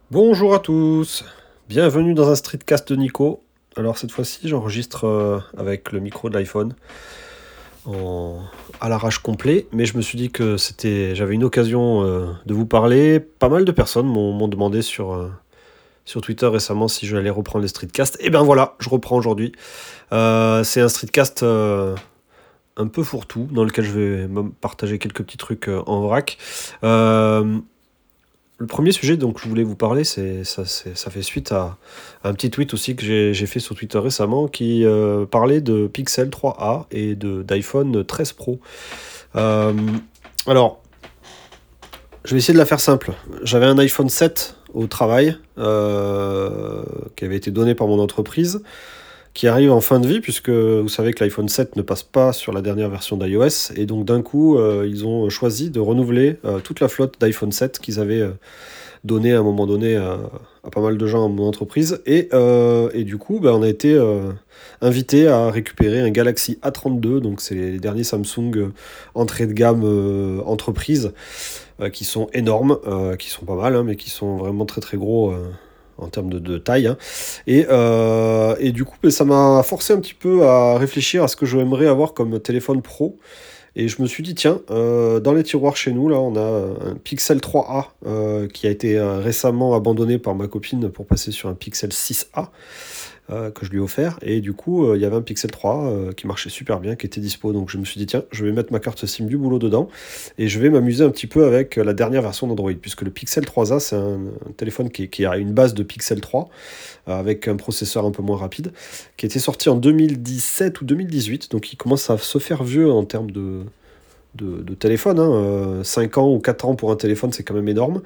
Bonjour à tous, bienvenue dans un streetcast de Nico. Alors cette fois-ci j'enregistre avec le micro de l'iPhone en... à l'arrache complet, mais je me suis dit que j'avais une occasion de vous parler. Pas mal de personnes m'ont demandé sur Twitter récemment si je allais reprendre les streetcasts. Et bien voilà, je reprends aujourd'hui. C'est un streetcast un peu fourre-tout dans lequel je vais partager quelques petits trucs en vrac. Le premier sujet dont je voulais vous parler, ça fait suite à un petit tweet aussi que j'ai fait sur Twitter récemment qui parlait de Pixel 3a et d'iPhone 13 Pro. Euh, alors, je vais essayer de la faire simple. J'avais un iPhone 7 au travail qui avait été donné par mon entreprise, qui arrive en fin de vie, puisque vous savez que l'iPhone 7 ne passe pas sur la dernière version d'iOS, et donc d'un coup, ils ont choisi de renouveler toute la flotte d'iPhone 7 qu'ils avaient donné à un moment donné à pas mal de gens à mon entreprise. Et du coup, on a été invité à récupérer un Galaxy A32, donc c'est les derniers Samsung entrée de gamme entreprise, qui sont énormes, qui sont pas mal, hein, mais qui sont vraiment très très gros en termes de taille. Hein. Et du coup, ça m'a forcé un petit peu à réfléchir à ce que j'aimerais avoir comme téléphone pro. Et je me suis dit, tiens, dans les tiroirs chez nous, là, on a un Pixel 3a qui a été récemment abandonné par ma copine pour passer sur un Pixel 6a que je lui ai offert. Et du coup, il y avait un Pixel 3 qui marchait super bien, qui était dispo. Donc je me suis dit, tiens, je vais mettre ma carte SIM du boulot dedans et je vais m'amuser un petit peu avec la dernière version d'Android, puisque le Pixel 3a, c'est un téléphone qui a une base de Pixel 3 avec un processeur un peu moins rapide, qui était sorti en 2017 ou 2018, donc il commence à se faire vieux en termes de téléphone. Hein. 5 ans ou 4 ans pour un téléphone, c'est quand même énorme.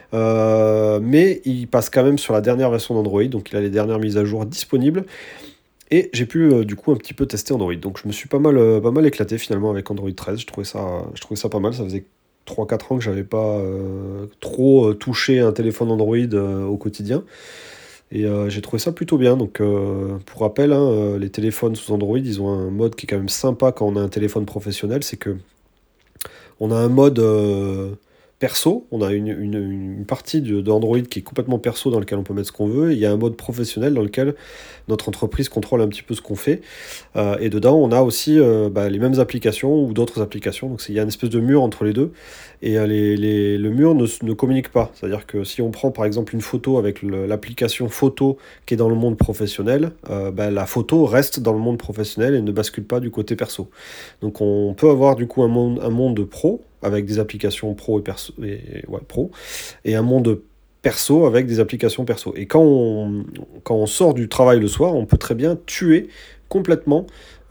Mais il passe quand même sur la dernière version d'Android, donc il a les dernières mises à jour disponibles. Et j'ai pu du coup un petit peu tester Android. Donc je me suis pas mal éclaté finalement avec Android 13. Je trouvais ça pas mal. Ça faisait 3-4 ans que j'avais pas trop touché un téléphone Android au quotidien. Et j'ai trouvé ça plutôt bien. Donc pour rappel, hein, les téléphones sous Android, ils ont un mode qui est quand même sympa quand on a un téléphone professionnel. C'est que on a un mode perso, on a une partie d'Android qui est complètement perso dans lequel on peut mettre ce qu'on veut. Il y a un mode professionnel dans lequel notre entreprise contrôle un petit peu ce qu'on fait. Et dedans, on a aussi les mêmes applications ou d'autres applications. Donc il y a une espèce de mur entre les deux. Et le mur ne communique pas. C'est-à-dire que si on prend par exemple une photo avec l'application photo qui est dans le monde professionnel, la photo reste dans le monde professionnel et ne bascule pas du côté perso. Donc on peut avoir du coup un monde pro avec des applications pro pro, et un monde perso avec des applications perso. Et quand on sort du travail le soir, on peut très bien tuer complètement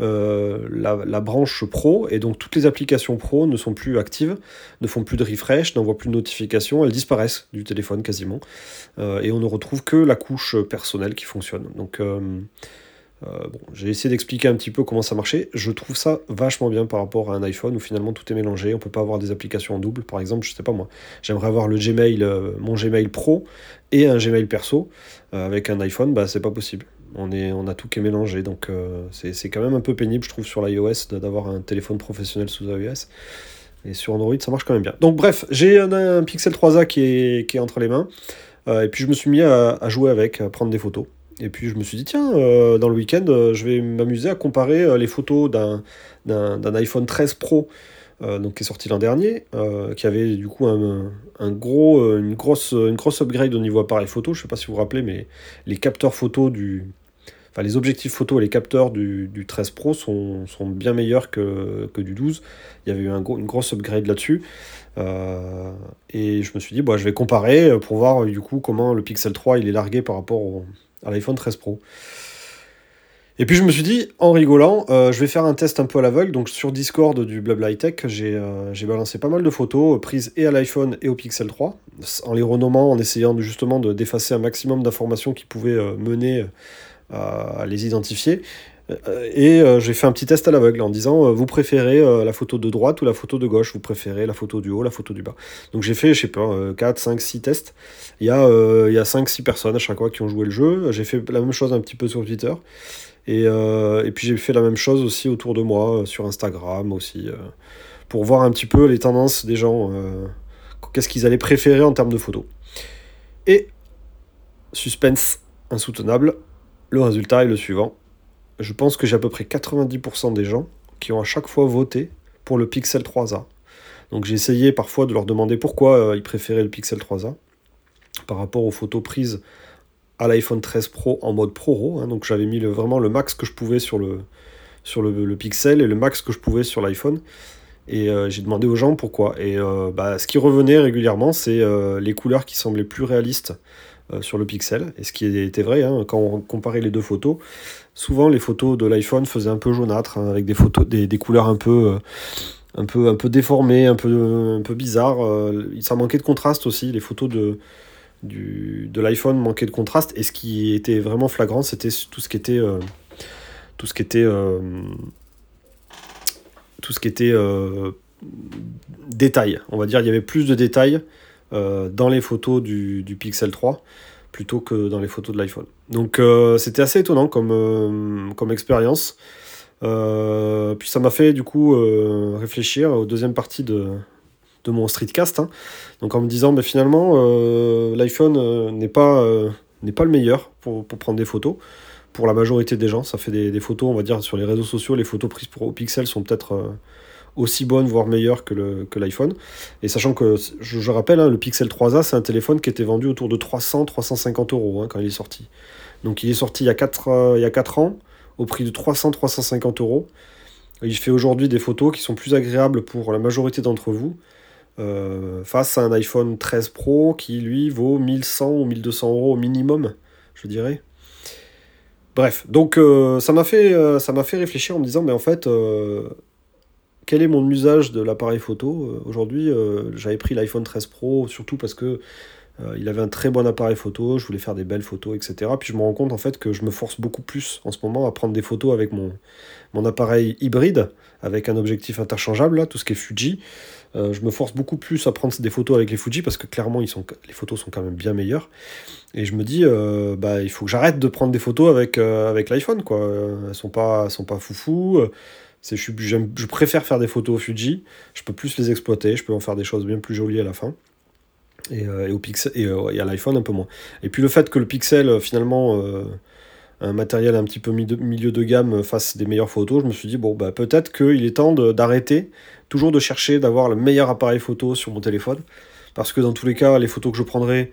la branche pro, et donc toutes les applications pro ne sont plus actives, ne font plus de refresh, n'envoient plus de notifications, elles disparaissent du téléphone quasiment, et on ne retrouve que la couche personnelle qui fonctionne. Donc j'ai essayé d'expliquer un petit peu comment ça marchait. Je trouve ça vachement bien par rapport à un iPhone où finalement tout est mélangé. On peut pas avoir des applications en double. Par exemple, je sais pas moi, j'aimerais avoir le Gmail, mon Gmail pro et un Gmail perso. Avec un iPhone, c'est pas possible. On a tout qui est mélangé. Donc c'est quand même un peu pénible, je trouve, sur l'iOS d'avoir un téléphone professionnel sous iOS. Et sur Android, ça marche quand même bien. Donc bref, j'ai un Pixel 3a qui est entre les mains. Et puis je me suis mis à jouer avec, à prendre des photos. Et puis je me suis dit, tiens, dans le week-end, je vais m'amuser à comparer les photos d'un iPhone 13 Pro, donc, qui est sorti l'an dernier, qui avait du coup une grosse upgrade au niveau appareil photo. Je ne sais pas si vous vous rappelez, mais les capteurs photo les objectifs photo et les capteurs du 13 Pro sont bien meilleurs que du 12. Il y avait eu une grosse upgrade là-dessus. Et je me suis dit, je vais comparer pour voir du coup comment le Pixel 3 il est largué par rapport à l'iPhone 13 Pro. Et puis je me suis dit, en rigolant, je vais faire un test un peu à l'aveugle. Donc sur Discord du Blabla High Tech, j'ai balancé pas mal de photos prises et à l'iPhone et au Pixel 3, en les renommant, en essayant justement d'effacer un maximum d'informations qui pouvaient mener à les identifier. Et j'ai fait un petit test à l'aveugle en disant vous préférez la photo de droite ou la photo de gauche, vous préférez la photo du haut, la photo du bas. Donc j'ai fait, je sais pas, 4, 5, 6 tests. Il y a 5-6 personnes à chaque fois qui ont joué le jeu. J'ai fait la même chose un petit peu sur Twitter. Et puis j'ai fait la même chose aussi autour de moi, sur Instagram aussi, pour voir un petit peu les tendances des gens, qu'est-ce qu'ils allaient préférer en termes de photos. Et Suspense insoutenable. Le résultat est le suivant. Je pense que j'ai à peu près 90% des gens qui ont à chaque fois voté pour le Pixel 3a. Donc j'ai essayé parfois de leur demander pourquoi ils préféraient le Pixel 3a par rapport aux photos prises à l'iPhone 13 Pro en mode Pro. Donc j'avais mis vraiment le max que je pouvais sur le Pixel et le max que je pouvais sur l'iPhone. Et j'ai demandé aux gens pourquoi. Et ce qui revenait régulièrement, c'est les couleurs qui semblaient plus réalistes sur le Pixel. Et ce qui était vrai, quand on comparait les deux photos, souvent les photos de l'iPhone faisaient un peu jaunâtre, avec des couleurs un peu déformées, un peu bizarres. Ça manquait de contraste aussi. Les photos de l'iPhone manquaient de contraste. Et ce qui était vraiment flagrant, c'était tout ce qui était détails. On va dire, il y avait plus de détails dans les photos du Pixel 3 plutôt que dans les photos de l'iPhone. Donc c'était assez étonnant comme expérience. Puis ça m'a fait du coup réfléchir aux deuxième partie de mon streetcast. Donc en me disant, finalement, l'iPhone n'est pas le meilleur pour prendre des photos. Pour la majorité des gens, ça fait des photos, on va dire, sur les réseaux sociaux, les photos prises au Pixel sont peut-être aussi bonnes, voire meilleures que l'iPhone. Et sachant que, je rappelle, le Pixel 3a, c'est un téléphone qui était vendu autour de 300-350 euros quand il est sorti. Donc il est sorti il y a 4 ans, au prix de 300-350 euros. Il fait aujourd'hui des photos qui sont plus agréables pour la majorité d'entre vous, face à un iPhone 13 Pro qui, lui, vaut 1100 ou 1200 euros au minimum, je dirais. Bref, donc ça m'a fait réfléchir en me disant, mais en fait, quel est mon usage de l'appareil photo aujourd'hui. J'avais pris l'iPhone 13 Pro, surtout parce que il avait un très bon appareil photo, je voulais faire des belles photos, etc. Puis je me rends compte en fait que je me force beaucoup plus en ce moment à prendre des photos avec mon appareil hybride, avec un objectif interchangeable, là, tout ce qui est Fuji. Je me force beaucoup plus à prendre des photos avec les Fuji parce que clairement les photos sont quand même bien meilleures. Et je me dis, il faut que j'arrête de prendre des photos avec l'iPhone, quoi. Elles sont pas foufou. Je préfère faire des photos au Fuji. Je peux plus les exploiter. Je peux en faire des choses bien plus jolies à la fin. Et au Pixel et à l'iPhone un peu moins. Et puis le fait que le Pixel finalement un matériel un petit peu milieu de gamme fasse des meilleures photos, je me suis dit peut-être qu'il est temps d'arrêter toujours de chercher d'avoir le meilleur appareil photo sur mon téléphone, parce que dans tous les cas les photos que je prendrai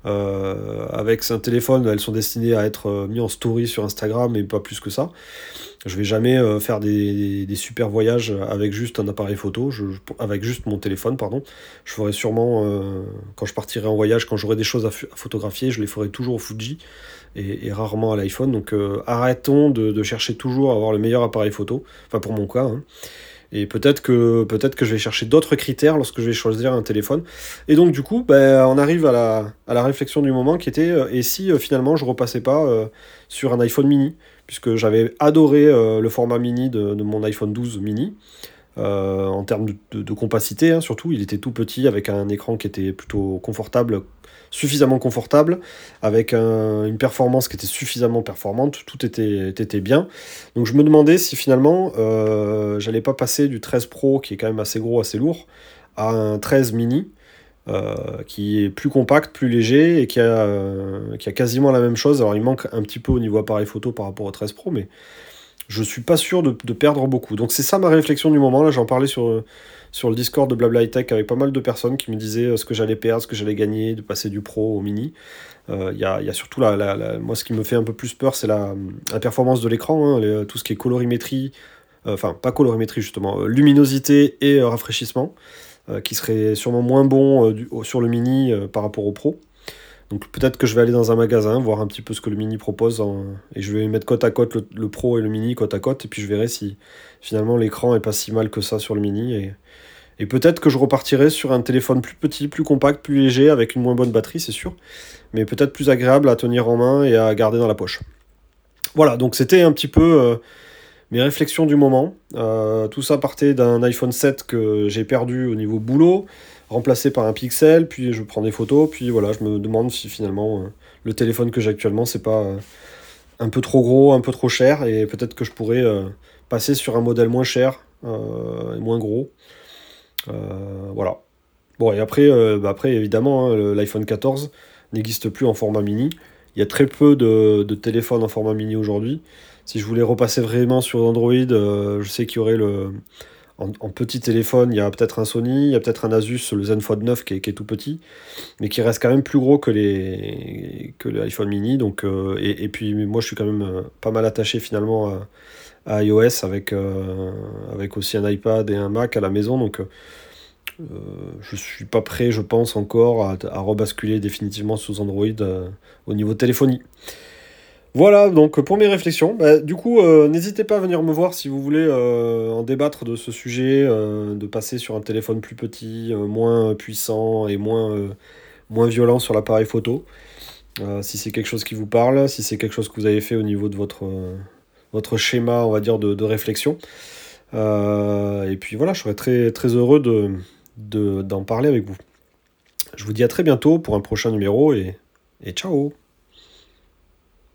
avec un téléphone, elles sont destinées à être mises en story sur Instagram et pas plus que ça. Je vais jamais faire des super voyages avec juste un appareil photo, avec juste mon téléphone, pardon. Je ferai sûrement, quand je partirai en voyage, quand j'aurai des choses à photographier, je les ferai toujours au Fuji et rarement à l'iPhone. Donc arrêtons de chercher toujours à avoir le meilleur appareil photo, enfin pour mon cas. Et peut-être que je vais chercher d'autres critères lorsque je vais choisir un téléphone. Et donc du coup, on arrive à la réflexion du moment qui était, et si finalement je repassais pas sur un iPhone mini, puisque j'avais adoré le format mini de mon iPhone 12 mini, en termes de compacité, surtout. Il était tout petit, avec un écran qui était plutôt confortable, suffisamment confortable, avec une performance qui était suffisamment performante, tout était bien. Donc je me demandais si finalement j'allais pas passer du 13 Pro, qui est quand même assez gros, assez lourd, à un 13 mini, qui est plus compact, plus léger, et qui a quasiment la même chose. Alors il manque un petit peu au niveau appareil photo par rapport au 13 Pro, mais je suis pas sûr de perdre beaucoup. Donc c'est ça ma réflexion du moment. Là, j'en parlais sur le Discord de Blabla High Tech avec pas mal de personnes qui me disaient ce que j'allais perdre, ce que j'allais gagner, de passer du Pro au Mini. Il y a surtout moi, ce qui me fait un peu plus peur, c'est la performance de l'écran, tout ce qui est colorimétrie, enfin pas colorimétrie justement, luminosité et rafraîchissement, qui serait sûrement moins bon sur le Mini par rapport au Pro. Donc peut-être que je vais aller dans un magasin, voir un petit peu ce que le Mini propose, et je vais mettre côte à côte le Pro et le Mini côte à côte, et puis je verrai si finalement l'écran est pas si mal que ça sur le Mini, et peut-être que je repartirai sur un téléphone plus petit, plus compact, plus léger, avec une moins bonne batterie, c'est sûr, mais peut-être plus agréable à tenir en main et à garder dans la poche. Voilà, donc c'était un petit peu mes réflexions du moment. Tout ça partait d'un iPhone 7 que j'ai perdu au niveau boulot, remplacé par un Pixel, puis je prends des photos, puis voilà, je me demande si finalement le téléphone que j'ai actuellement, c'est pas un peu trop gros, un peu trop cher, et peut-être que je pourrais passer sur un modèle moins cher et moins gros. Voilà. Bon, et après évidemment, l'iPhone 14 n'existe plus en format mini. Il y a très peu de téléphones en format mini aujourd'hui. Si je voulais repasser vraiment sur Android, je sais qu'il y aurait en petit téléphone, il y a peut-être un Sony, il y a peut-être un Asus, le Zenfone 9 qui est tout petit, mais qui reste quand même plus gros que les iPhone mini. Donc, et puis moi je suis quand même pas mal attaché finalement à iOS avec aussi un iPad et un Mac à la maison. Donc je suis pas prêt, je pense, encore à rebasculer définitivement sous Android au niveau téléphonie. Voilà donc pour mes réflexions. Bah, du coup, n'hésitez pas à venir me voir si vous voulez en débattre de ce sujet, de passer sur un téléphone plus petit, moins puissant et moins violent sur l'appareil photo. Si c'est quelque chose qui vous parle, si c'est quelque chose que vous avez fait au niveau de votre schéma, on va dire, de réflexion. Et puis voilà, je serais très, très heureux d'en parler avec vous. Je vous dis à très bientôt pour un prochain numéro et ciao!